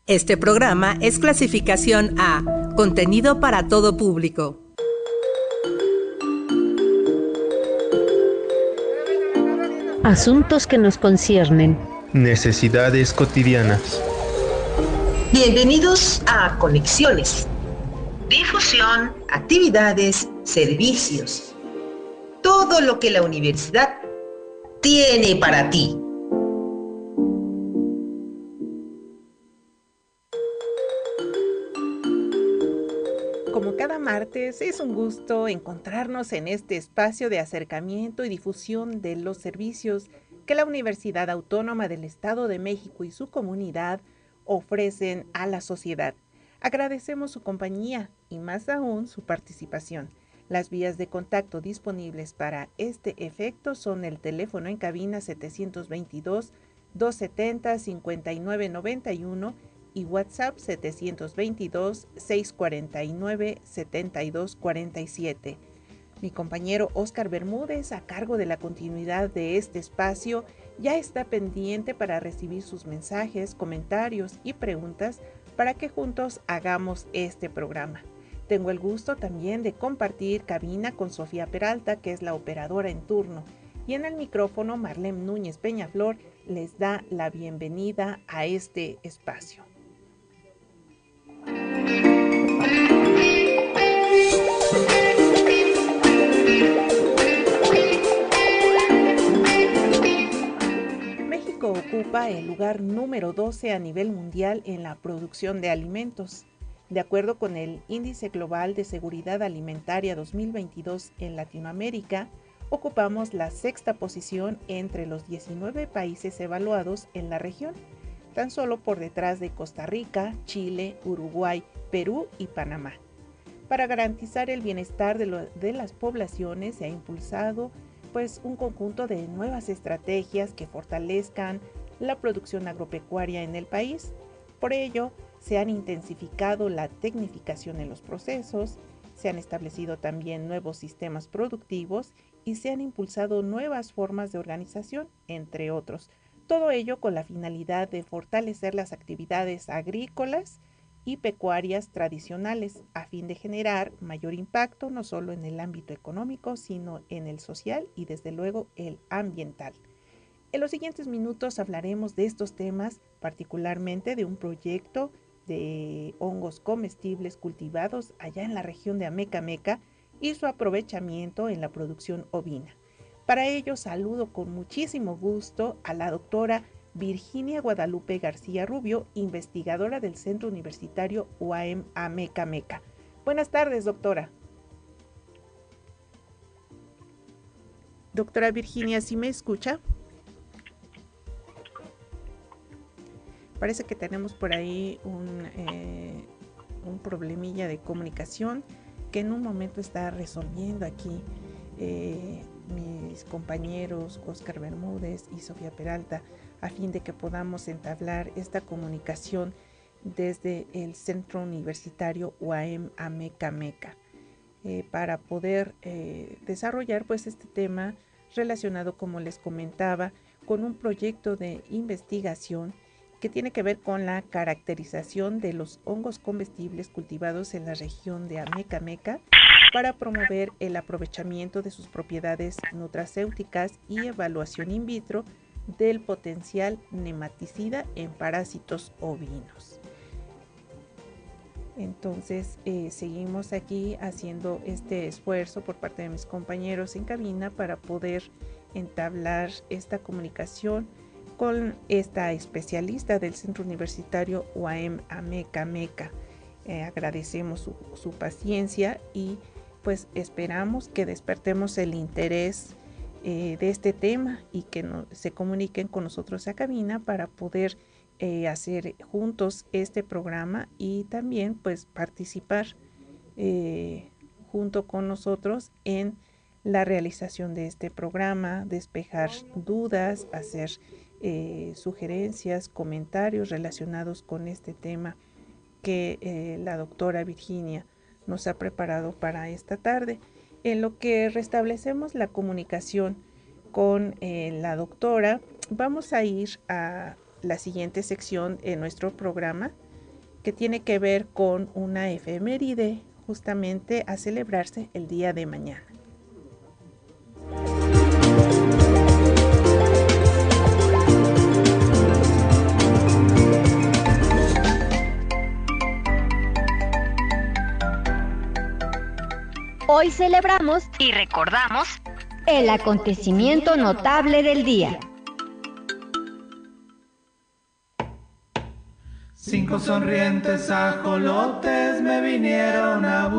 Este programa es clasificación A, contenido para todo público. Asuntos que nos conciernen. Necesidades cotidianas. Bienvenidos a Conexiones. Difusión, actividades, servicios. Todo lo que la universidad tiene para ti. Como cada martes, es un gusto encontrarnos en este espacio de acercamiento y difusión de los servicios que la Universidad Autónoma del Estado de México y su comunidad ofrecen a la sociedad. Agradecemos su compañía y más aún su participación. Las vías de contacto disponibles para este efecto son el teléfono en cabina 722-270-5991 y WhatsApp 722-649-7247. Mi compañero Óscar Bermúdez, a cargo de la continuidad de este espacio, ya está pendiente para recibir sus mensajes, comentarios y preguntas para que juntos hagamos este programa. Tengo el gusto también de compartir cabina con Sofía Peralta, que es la operadora en turno, y en el micrófono Marlene Núñez Peñaflor les da la bienvenida a este espacio. México ocupa el lugar número 12 a nivel mundial en la producción de alimentos. De acuerdo con el Índice Global de Seguridad Alimentaria 2022 en Latinoamérica, ocupamos la sexta posición entre los 19 países evaluados en la región, tan solo por detrás de Costa Rica, Chile, Uruguay, Perú y Panamá. Para garantizar el bienestar de las poblaciones se ha impulsado un conjunto de nuevas estrategias que fortalezcan la producción agropecuaria en el país. Por ello, se han intensificado la tecnificación en los procesos, se han establecido también nuevos sistemas productivos y se han impulsado nuevas formas de organización, entre otros. Todo ello con la finalidad de fortalecer las actividades agrícolas y pecuarias tradicionales a fin de generar mayor impacto no solo en el ámbito económico, sino en el social y desde luego el ambiental. En los siguientes minutos hablaremos de estos temas, particularmente de un proyecto de hongos comestibles cultivados allá en la región de Amecameca y su aprovechamiento en la producción ovina. Para ello saludo con muchísimo gusto a la doctora Virginia Guadalupe García Rubio, investigadora del Centro Universitario UAM Amecameca. Buenas tardes, doctora. Doctora Virginia, ¿sí me escucha? Parece que tenemos por ahí un problemilla de comunicación que en un momento está resolviendo aquí mis compañeros Óscar Bermúdez y Sofía Peralta, a fin de que podamos entablar esta comunicación desde el Centro Universitario UAM Amecameca para poder desarrollar este tema relacionado, como les comentaba, con un proyecto de investigación que tiene que ver con la caracterización de los hongos comestibles cultivados en la región de Amecameca para promover el aprovechamiento de sus propiedades nutracéuticas y evaluación in vitro del potencial nematicida en parásitos ovinos. Entonces, seguimos aquí haciendo este esfuerzo por parte de mis compañeros en cabina para poder entablar esta comunicación con esta especialista del Centro Universitario UAM Amecameca. Agradecemos su paciencia y esperamos que despertemos el interés de este tema y que se comuniquen con nosotros a cabina para poder hacer juntos este programa y también participar junto con nosotros en la realización de este programa, despejar dudas, hacer sugerencias, comentarios relacionados con este tema que la doctora Virginia nos ha preparado para esta tarde. En lo que restablecemos la comunicación con la doctora, vamos a ir a la siguiente sección en nuestro programa, que tiene que ver con una efeméride justamente a celebrarse el día de mañana. Hoy celebramos y recordamos el acontecimiento notable del día. 5 sonrientes ajolotes me vinieron a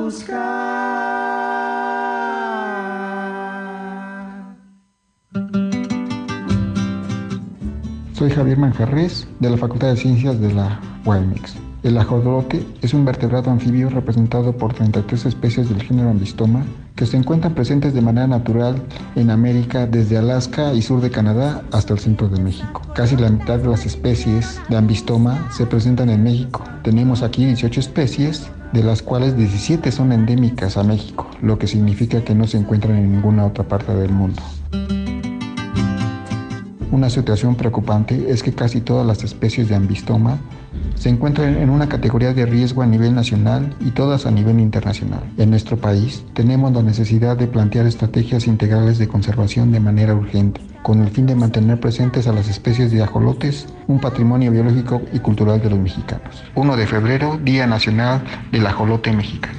buscar. Soy Javier Manjarres, de la Facultad de Ciencias de la UAMX. El ajolote es un vertebrado anfibio representado por 33 especies del género Ambistoma que se encuentran presentes de manera natural en América desde Alaska y sur de Canadá hasta el centro de México. Casi la mitad de las especies de Ambistoma se presentan en México. Tenemos aquí 18 especies, de las cuales 17 son endémicas a México, lo que significa que no se encuentran en ninguna otra parte del mundo. Una situación preocupante es que casi todas las especies de Ambistoma se encuentran en una categoría de riesgo a nivel nacional y todas a nivel internacional. En nuestro país tenemos la necesidad de plantear estrategias integrales de conservación de manera urgente, con el fin de mantener presentes a las especies de ajolotes, un patrimonio biológico y cultural de los mexicanos. 1 de febrero, Día Nacional del Ajolote Mexicano.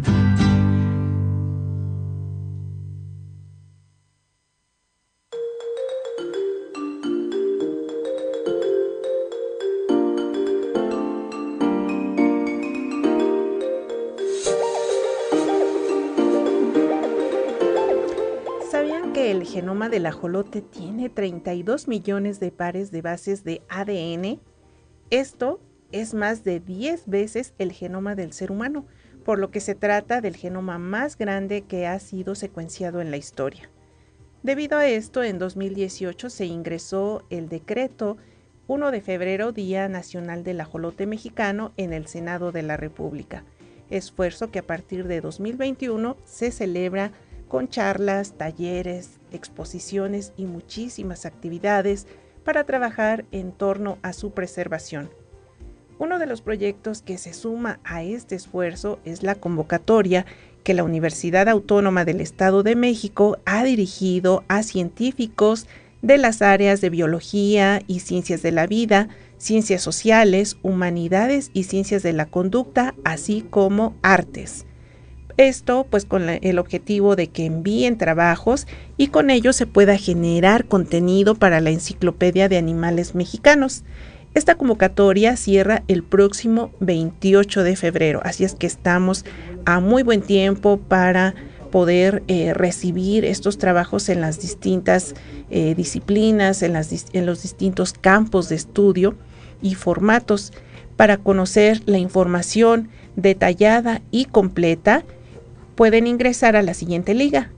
El genoma del ajolote tiene 32 millones de pares de bases de ADN. Esto es más de 10 veces el genoma del ser humano, por lo que se trata del genoma más grande que ha sido secuenciado en la historia. Debido a esto, en 2018 se ingresó el decreto 1 de febrero, Día Nacional del Ajolote Mexicano, en el Senado de la República. Esfuerzo que a partir de 2021 se celebra con charlas, talleres, exposiciones y muchísimas actividades para trabajar en torno a su preservación. Uno de los proyectos que se suma a este esfuerzo es la convocatoria que la Universidad Autónoma del Estado de México ha dirigido a científicos de las áreas de biología y ciencias de la vida, ciencias sociales, humanidades y ciencias de la conducta, así como artes. Esto pues con el objetivo de que envíen trabajos y con ello se pueda generar contenido para la Enciclopedia de Animales Mexicanos. Esta convocatoria cierra el próximo 28 de febrero, así es que estamos a muy buen tiempo para poder recibir estos trabajos en las distintas disciplinas, en los distintos campos de estudio y formatos para conocer la información detallada y completa. Pueden ingresar a la siguiente liga,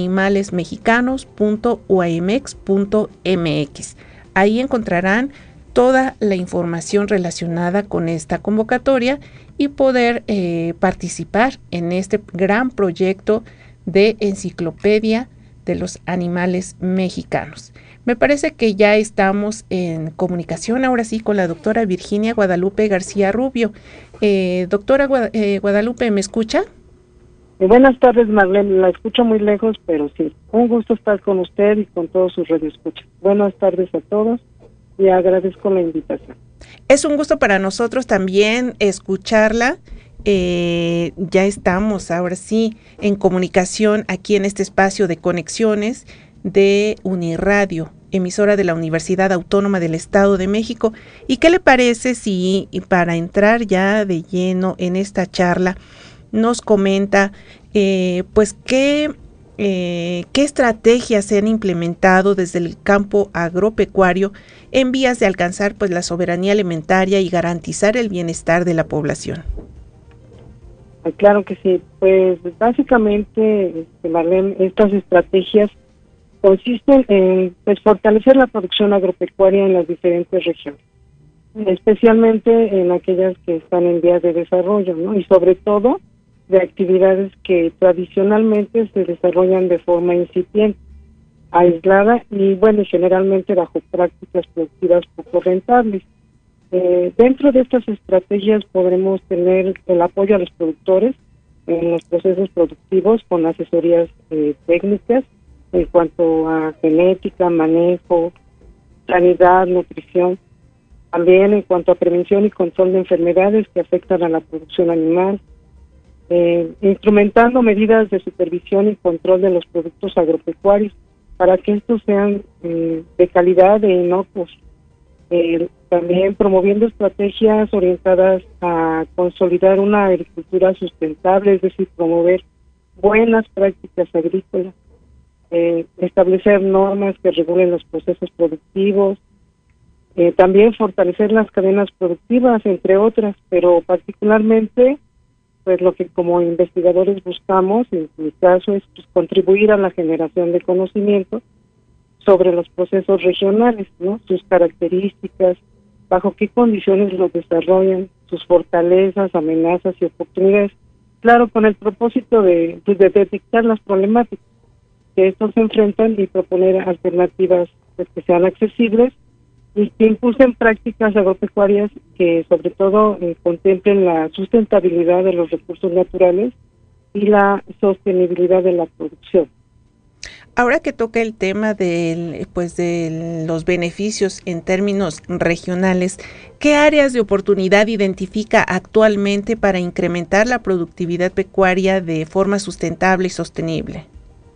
animalesmexicanos.uamx.mx. Ahí encontrarán toda la información relacionada con esta convocatoria y poder participar en este gran proyecto de enciclopedia de los animales mexicanos. Me parece que ya estamos en comunicación ahora sí con la doctora Virginia Guadalupe García Rubio. Doctora Guadalupe, ¿me escucha? Buenas tardes, Marlene, la escucho muy lejos, pero sí, un gusto estar con usted y con todos sus radioescuchas. Buenas tardes a todos y agradezco la invitación. Es un gusto para nosotros también escucharla. Ya estamos ahora sí en comunicación aquí en este espacio de conexiones de Uniradio, emisora de la Universidad Autónoma del Estado de México. ¿Y qué le parece si para entrar ya de lleno en esta charla nos comenta pues qué estrategias se han implementado desde el campo agropecuario en vías de alcanzar pues la soberanía alimentaria y garantizar el bienestar de la población? Claro que sí, pues básicamente, Marlene, estas estrategias consisten en pues fortalecer la producción agropecuaria en las diferentes regiones, especialmente en aquellas que están en vías de desarrollo, ¿no? Y sobre todo de actividades que tradicionalmente se desarrollan de forma incipiente, aislada y bueno, generalmente bajo prácticas productivas poco rentables. Dentro de estas estrategias podremos tener el apoyo a los productores en los procesos productivos con asesorías técnicas en cuanto a genética, manejo, sanidad, nutrición, también en cuanto a prevención y control de enfermedades que afectan a la producción animal, instrumentando medidas de supervisión y control de los productos agropecuarios para que estos sean de calidad e inocuos. También promoviendo estrategias orientadas a consolidar una agricultura sustentable, es decir, promover buenas prácticas agrícolas, establecer normas que regulen los procesos productivos, también fortalecer las cadenas productivas, entre otras, pero particularmente, pues lo que como investigadores buscamos, en mi caso, es pues, contribuir a la generación de conocimiento sobre los procesos regionales, ¿no? Sus características, bajo qué condiciones los desarrollan, sus fortalezas, amenazas y oportunidades. Claro, con el propósito de detectar las problemáticas que estos se enfrentan y proponer alternativas pues, que sean accesibles y que impulsen prácticas agropecuarias que sobre todo contemplen la sustentabilidad de los recursos naturales y la sostenibilidad de la producción. Ahora que toca el tema de los beneficios en términos regionales, ¿qué áreas de oportunidad identifica actualmente para incrementar la productividad pecuaria de forma sustentable y sostenible?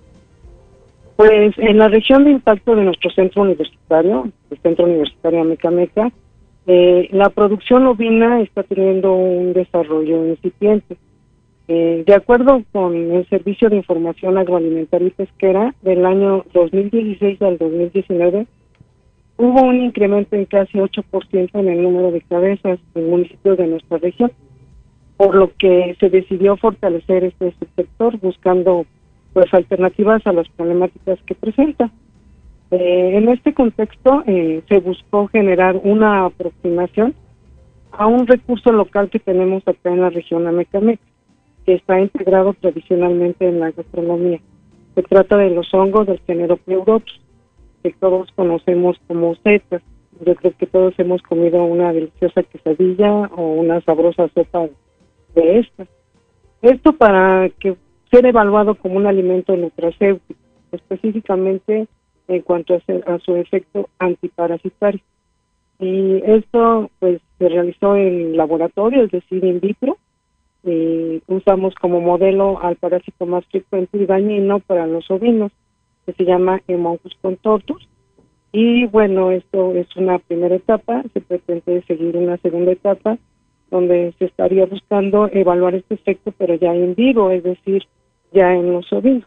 Pues en la región de impacto de nuestro centro universitario, el Centro Universitario Amecameca, la producción ovina está teniendo un desarrollo incipiente. De acuerdo con el Servicio de Información Agroalimentaria y Pesquera, del año 2016 al 2019, hubo un incremento en casi 8% en el número de cabezas en municipios de nuestra región, por lo que se decidió fortalecer este sector buscando pues alternativas a las problemáticas que presenta. En este contexto se buscó generar una aproximación a un recurso local que tenemos acá en la región Amecameca, que está integrado tradicionalmente en la gastronomía. Se trata de los hongos del género Pleurotus, que todos conocemos como setas. Yo creo que todos hemos comido una deliciosa quesadilla o una sabrosa sopa de estas. Esto para que ser evaluado como un alimento nutracéutico, específicamente en cuanto a su efecto antiparasitario. Y esto pues se realizó en laboratorio, es decir, in vitro. Usamos como modelo al parásito más frecuente y dañino para los ovinos, que se llama Haemonchus contortus. Y bueno, esto es una primera etapa, se pretende seguir una segunda etapa, donde se estaría buscando evaluar este efecto, pero ya en vivo, es decir, ya en los ovinos.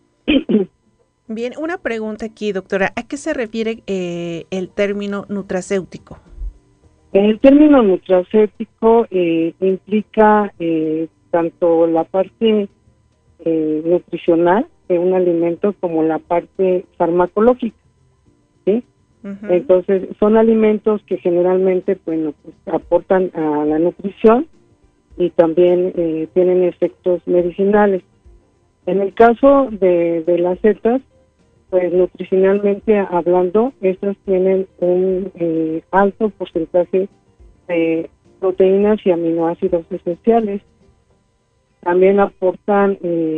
Bien, una pregunta aquí, doctora. ¿A qué se refiere el término nutracéutico? El término nutracéutico implica tanto la parte nutricional de un alimento como la parte farmacológica, ¿sí? Uh-huh. Entonces, son alimentos que generalmente pues, aportan a la nutrición y también tienen efectos medicinales. En el caso de las setas, pues nutricionalmente hablando, estas tienen un alto porcentaje de proteínas y aminoácidos esenciales. También aportan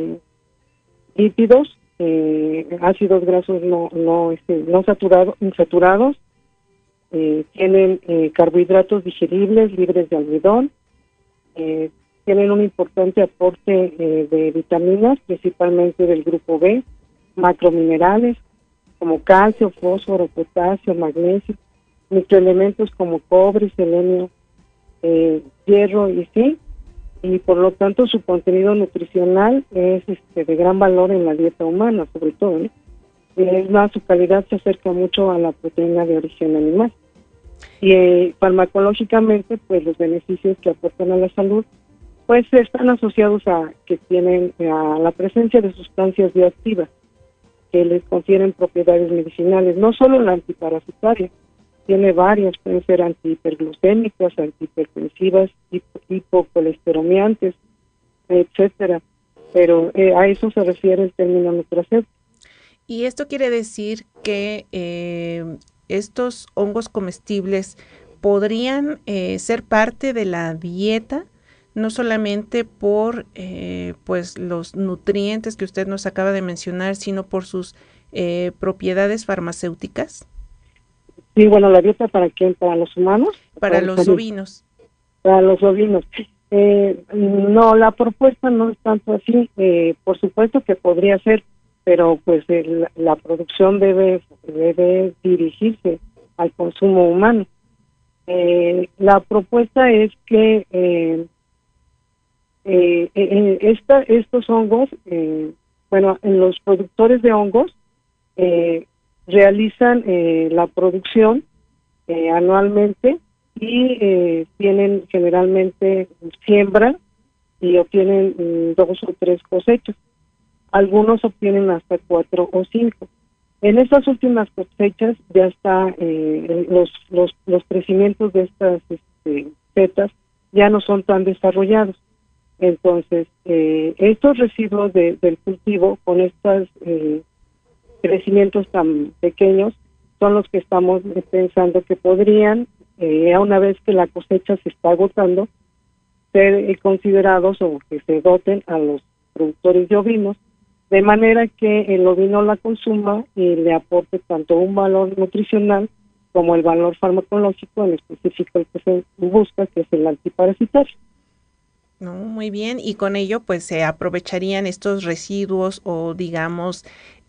lípidos, ácidos grasos no insaturados, tienen carbohidratos digeribles libres de almidón, tienen un importante aporte de vitaminas, principalmente del grupo B, macrominerales como calcio, fósforo, potasio, magnesio, microelementos como cobre, selenio, hierro y zinc, y por lo tanto su contenido nutricional es de gran valor en la dieta humana, sobre todo, ¿no? Es más, su calidad se acerca mucho a la proteína de origen animal. Y farmacológicamente, pues los beneficios que aportan a la salud, pues están asociados a que tienen a la presencia de sustancias bioactivas que les confieren propiedades medicinales, no solo la antiparasitaria, tiene varias, pueden ser antihiperglucémicas, antihipertensivas, hipocolesteromiantes, etcétera, pero a eso se refiere el término nutracéutico. Y esto quiere decir que estos hongos comestibles podrían ser parte de la dieta, no solamente por pues los nutrientes que usted nos acaba de mencionar, sino por sus propiedades farmacéuticas. Sí, bueno, ¿la dieta para quién? ¿Para los humanos? Para los ovinos. Para los ovinos. No, la propuesta no es tanto así. Por supuesto que podría ser, pero pues la producción debe dirigirse al consumo humano. La propuesta es que estos hongos, los productores de hongos realizan la producción anualmente y tienen generalmente siembra y obtienen 2 o 3 cosechas. Algunos obtienen hasta 4 o 5. En estas últimas cosechas ya está los crecimientos de estas setas ya no son tan desarrollados. Entonces, estos residuos del cultivo con estos crecimientos tan pequeños son los que estamos pensando que podrían, una vez que la cosecha se está agotando, ser considerados o que se doten a los productores de ovinos, de manera que el ovino la consuma y le aporte tanto un valor nutricional como el valor farmacológico, en específico el que se busca, que es el antiparasitario. No, muy bien, y con ello pues se aprovecharían estos residuos o digamos,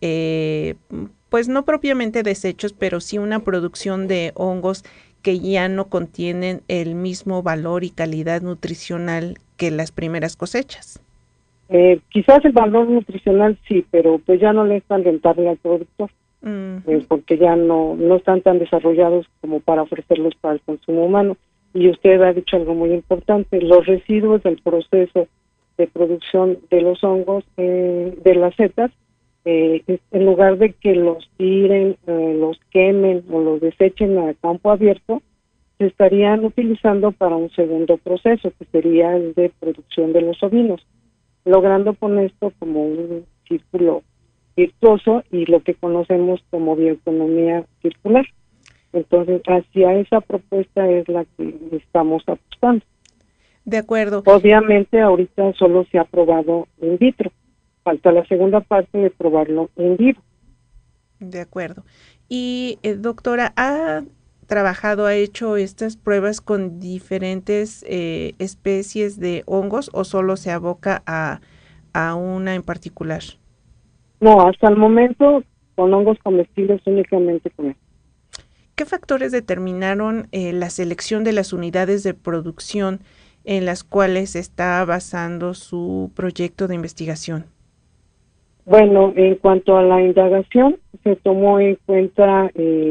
pues no propiamente desechos, pero sí una producción de hongos que ya no contienen el mismo valor y calidad nutricional que las primeras cosechas. Quizás el valor nutricional sí, pero pues ya no le es tan rentable al productor, porque ya no están tan desarrollados como para ofrecerlos para el consumo humano. Y usted ha dicho algo muy importante, los residuos del proceso de producción de los hongos, de las setas, en lugar de que los tiren, los quemen o los desechen a campo abierto, se estarían utilizando para un segundo proceso, que sería el de producción de los ovinos, logrando con esto como un círculo virtuoso y lo que conocemos como bioeconomía circular. Entonces, hacia esa propuesta es la que estamos apostando. De acuerdo. Obviamente, ahorita solo se ha probado in vitro. Falta la segunda parte de probarlo in vivo. De acuerdo. Y, doctora, ¿ha hecho estas pruebas con diferentes especies de hongos o solo se aboca a una en particular? No, hasta el momento con hongos comestibles únicamente con esto. ¿Qué factores determinaron la selección de las unidades de producción en las cuales está basando su proyecto de investigación? Bueno, en cuanto a la indagación, se tomó en cuenta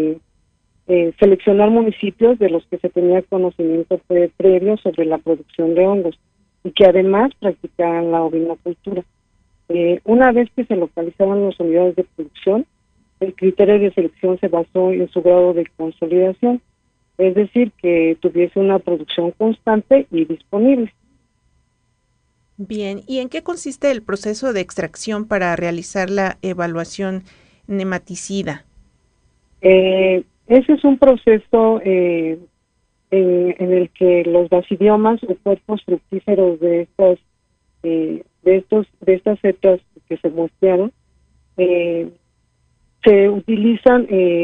seleccionar municipios de los que se tenía conocimiento previo sobre la producción de hongos y que además practicaran la ovinocultura. Una vez que se localizaron las unidades de producción, el criterio de selección se basó en su grado de consolidación, es decir, que tuviese una producción constante y disponible. Bien, ¿y en qué consiste el proceso de extracción para realizar la evaluación nematicida? Ese es un proceso en el que los basidiomas o cuerpos fructíferos de estas setas que se muestrearon se utilizan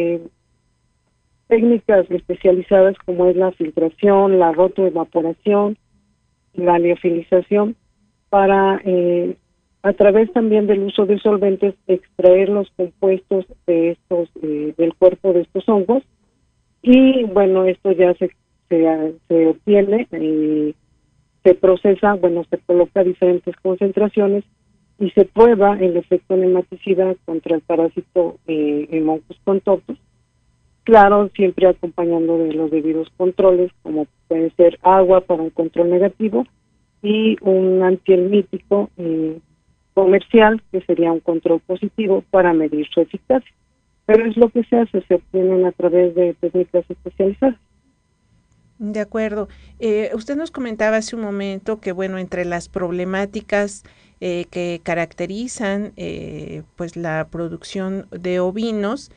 técnicas especializadas como es la filtración, la rotoevaporación, la liofilización, para a través también del uso de solventes extraer los compuestos de estos del cuerpo de estos hongos. Y bueno, esto ya se obtiene y se procesa, se coloca a diferentes concentraciones y se prueba el efecto nematicida contra el parásito Haemococcus contortus. Claro, siempre acompañando de los debidos controles, como puede ser agua para un control negativo y un antihelmítico comercial, que sería un control positivo para medir su eficacia. Pero es lo que se hace, se obtienen a través de técnicas especializadas. De acuerdo. Usted nos comentaba hace un momento que, entre las problemáticas que caracterizan pues la producción de ovinos,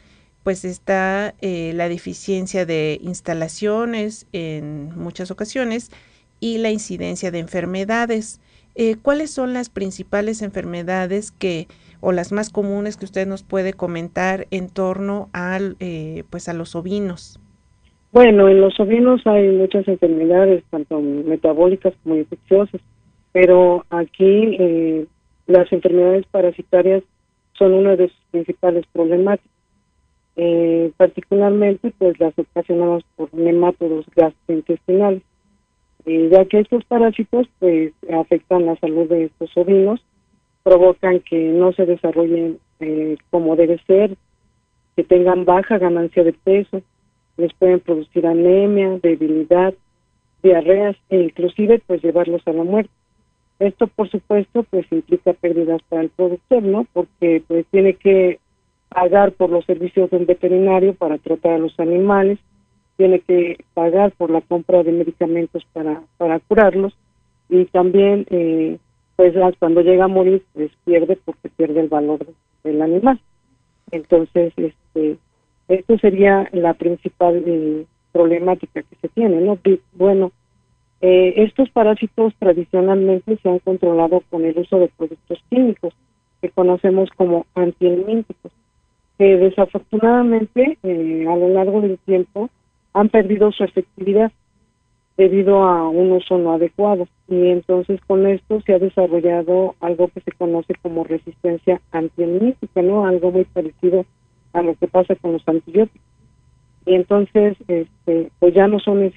pues está la deficiencia de instalaciones en muchas ocasiones y la incidencia de enfermedades. ¿Cuáles son las principales enfermedades o las más comunes que usted nos puede comentar en torno pues a los ovinos? Bueno, en los ovinos hay muchas enfermedades, tanto metabólicas como infecciosas, pero aquí las enfermedades parasitarias son una de sus principales problemáticas, particularmente pues las ocasionadas por nematodos gastrointestinales, ya que estos parásitos pues afectan la salud de estos ovinos, provocan que no se desarrollen como debe ser, que tengan baja ganancia de peso, les pueden producir anemia, debilidad, diarreas e inclusive pues llevarlos a la muerte. Esto por supuesto pues implica pérdidas para el productor, ¿no? Porque pues tiene que pagar por los servicios de un veterinario para tratar a los animales, tiene que pagar por la compra de medicamentos para curarlos y también pues cuando llega a morir pues pierde porque pierde el valor del animal. Entonces esto sería la principal problemática que se tiene, ¿no? Bueno, estos parásitos tradicionalmente se han controlado con el uso de productos químicos que conocemos como antihelmínticos, que desafortunadamente a lo largo del tiempo han perdido su efectividad debido a un uso no adecuado, y entonces con esto se ha desarrollado algo que se conoce como resistencia antihelmíntica, ¿no? Algo muy parecido a lo que pasa con los antibióticos. Y entonces pues ya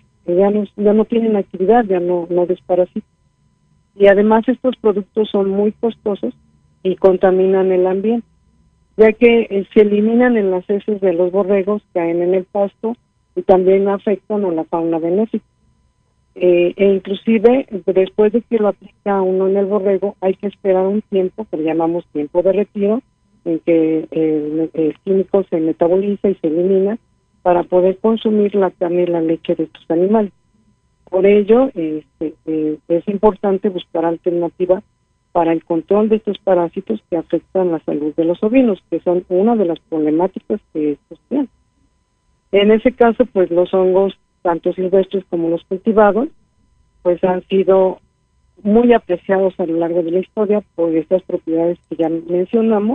no tienen actividad, ya no desparasitan. Y además estos productos son muy costosos y contaminan el ambiente, ya que se eliminan en las heces de los borregos, caen en el pasto y también afectan a la fauna benéfica. E inclusive después de que lo aplica uno en el borrego hay que esperar un tiempo que le llamamos tiempo de retiro, en que el químico se metaboliza y se elimina para poder consumir la carne y la leche de estos animales. Por ello es importante buscar alternativas para el control de estos parásitos que afectan la salud de los ovinos, que son una de las problemáticas que estos tienen. En ese caso, pues los hongos, tanto silvestres como los cultivados, pues han sido muy apreciados a lo largo de la historia por estas propiedades que ya mencionamos,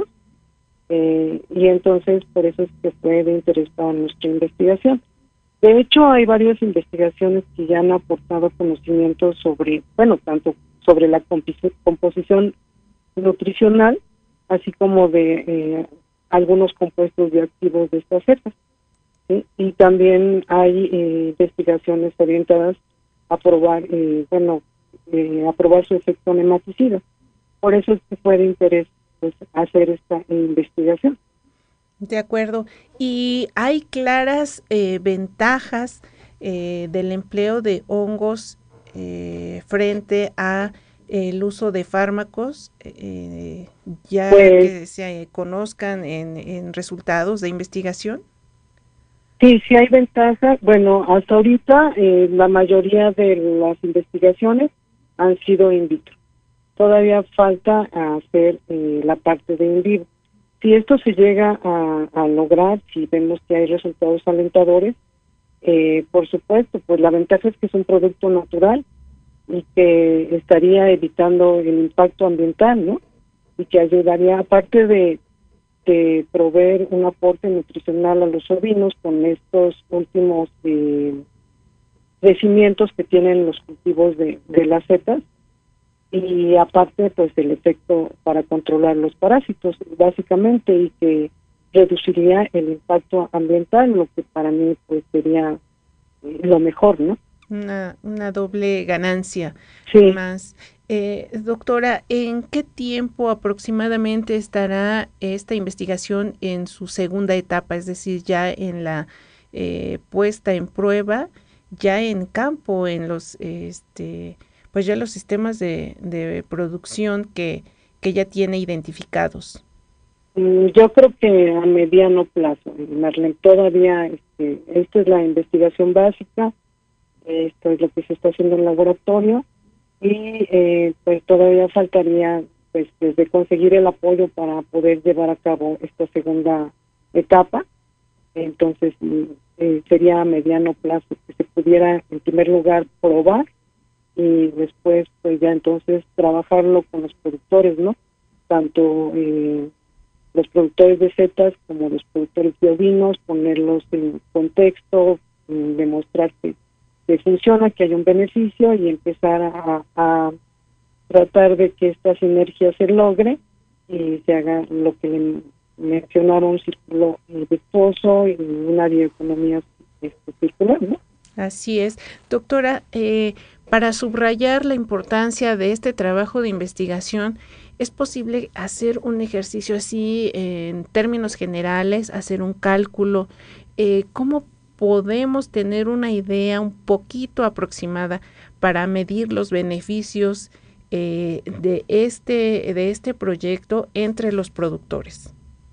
y entonces por eso es que fue de interés para nuestra investigación. De hecho, hay varias investigaciones que ya han aportado conocimientos sobre, tanto sobre la composición nutricional, así como de algunos compuestos bioactivos de estas setas, ¿sí? Y también hay investigaciones orientadas a probar, a probar su efecto nematicida. Por eso es que fue de interés pues hacer esta investigación. De acuerdo. ¿Y hay claras ventajas del empleo de hongos frente a el uso de fármacos, ya que se conozcan en resultados de investigación? Sí, sí hay ventajas. Bueno, hasta ahorita la mayoría de las investigaciones han sido in vitro. Todavía falta hacer la parte de in vivo. Si esto se llega a lograr, si vemos que hay resultados alentadores, por supuesto, pues la ventaja es que es un producto natural y que estaría evitando el impacto ambiental, ¿no? Y que ayudaría, aparte de proveer un aporte nutricional a los ovinos con estos últimos crecimientos que tienen los cultivos de las setas, y aparte pues el efecto para controlar los parásitos básicamente, y que reduciría el impacto ambiental, lo que para mí pues sería lo mejor, ¿no? Una doble ganancia. Sí. Más. Doctora, ¿en qué tiempo aproximadamente estará esta investigación en su segunda etapa, es decir, ya en la puesta en prueba, ya en campo, en los pues ya los sistemas de producción que ya tiene identificados? Yo creo que a mediano plazo, Marlene. Todavía esta es la investigación básica, esto es lo que se está haciendo en el laboratorio, y pues todavía faltaría pues desde conseguir el apoyo para poder llevar a cabo esta segunda etapa, Entonces sería a mediano plazo que se pudiera en primer lugar probar y después pues ya entonces trabajarlo con los productores, ¿no? Tanto los productores de setas como los productores de ovinos, ponerlos en contexto, demostrar que funciona, que hay un beneficio y empezar a tratar de que esta sinergia se logre y se haga lo que le mencionaron, un círculo virtuoso y una bioeconomía circular, ¿no? Así es. Doctora, para subrayar la importancia de este trabajo de investigación, ¿es posible hacer un ejercicio así en términos generales, hacer un cálculo? ¿Cómo podemos tener una idea un poquito aproximada para medir los beneficios de este proyecto entre los productores?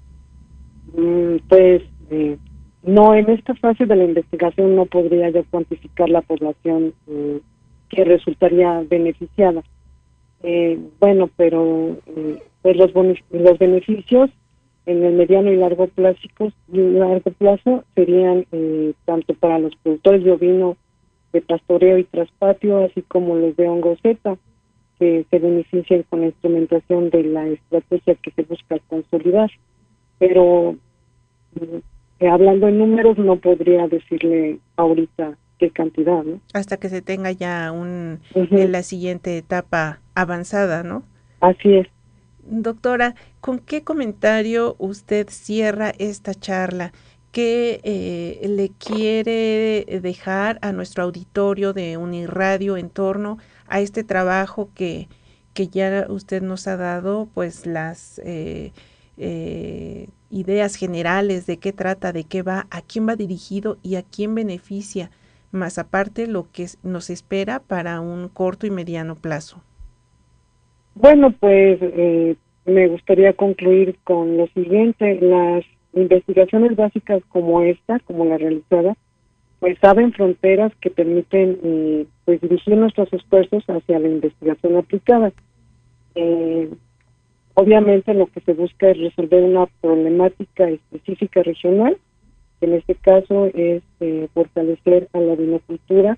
Pues no, en esta fase de la investigación no podría yo cuantificar la población que resultaría beneficiada. Bueno, pero pues los beneficios en el mediano y largo plazo serían tanto para los productores de ovino de pastoreo y traspatio, así como los de hongo zeta, que se benefician con la instrumentación de la estrategia que se busca consolidar. Pero hablando en números no podría decirle ahorita qué cantidad, ¿no? Hasta que se tenga ya en la siguiente etapa avanzada, ¿no? Así es. Doctora, ¿con qué comentario usted cierra esta charla? ¿Qué le quiere dejar a nuestro auditorio de Uniradio en torno a este trabajo que ya usted nos ha dado, pues las ideas generales de qué trata, de qué va, a quién va dirigido y a quién beneficia, más aparte lo que nos espera para un corto y mediano plazo? Bueno, pues me gustaría concluir con lo siguiente. Las investigaciones básicas como esta, como la realizada, pues abren fronteras que permiten pues dirigir nuestros esfuerzos hacia la investigación aplicada. Obviamente lo que se busca es resolver una problemática específica regional, que en este caso es fortalecer a la vinocultura,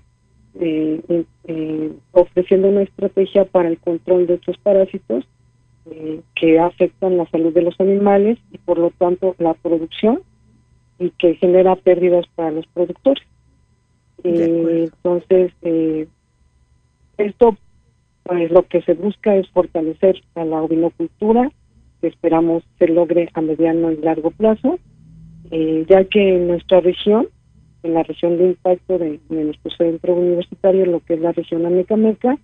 ofreciendo una estrategia para el control de estos parásitos que afectan la salud de los animales y por lo tanto la producción y que genera pérdidas para los productores. Entonces, esto pues lo que se busca es fortalecer a la ovinocultura, que esperamos se logre a mediano y largo plazo, ya que en nuestra región, en la región de impacto de nuestro centro universitario, lo que es la región Amecameca,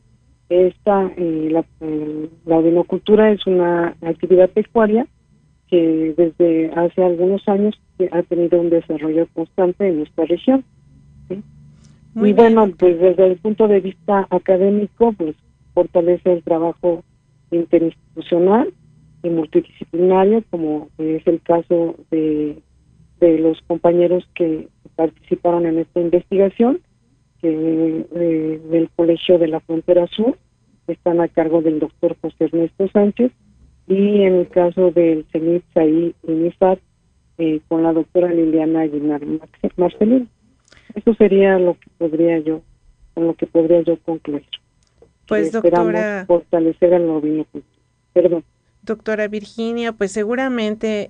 la ovinocultura es una actividad pecuaria que desde hace algunos años ha tenido un desarrollo constante en nuestra región. ¿Sí? Y bueno, pues desde el punto de vista académico, pues fortalece el trabajo interinstitucional y multidisciplinario, como es el caso de los compañeros que participaron en esta investigación, que del Colegio de la Frontera Sur están a cargo del doctor José Ernesto Sánchez, y en el caso del CENIT SAI INIFAT con la doctora Liliana Aguilar Marcelino. Eso sería lo que podría yo concluir. Pues esperamos fortalecer al ovinocultor. Perdón. Doctora Virginia, pues seguramente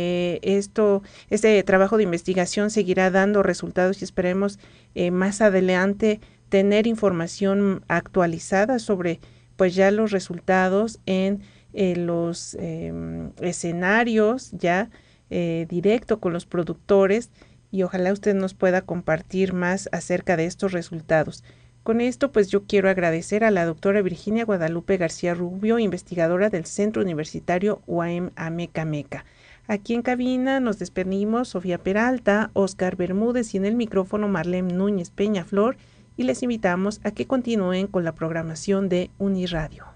este trabajo de investigación seguirá dando resultados y esperemos más adelante tener información actualizada sobre pues ya los resultados en los escenarios ya directo con los productores, y ojalá usted nos pueda compartir más acerca de estos resultados. Con esto, pues yo quiero agradecer a la doctora Virginia Guadalupe García Rubio, investigadora del Centro Universitario UAM Amecameca. Aquí en cabina nos despedimos Sofía Peralta, Oscar Bermúdez y en el micrófono Marlene Núñez Peñaflor, y les invitamos a que continúen con la programación de Uniradio.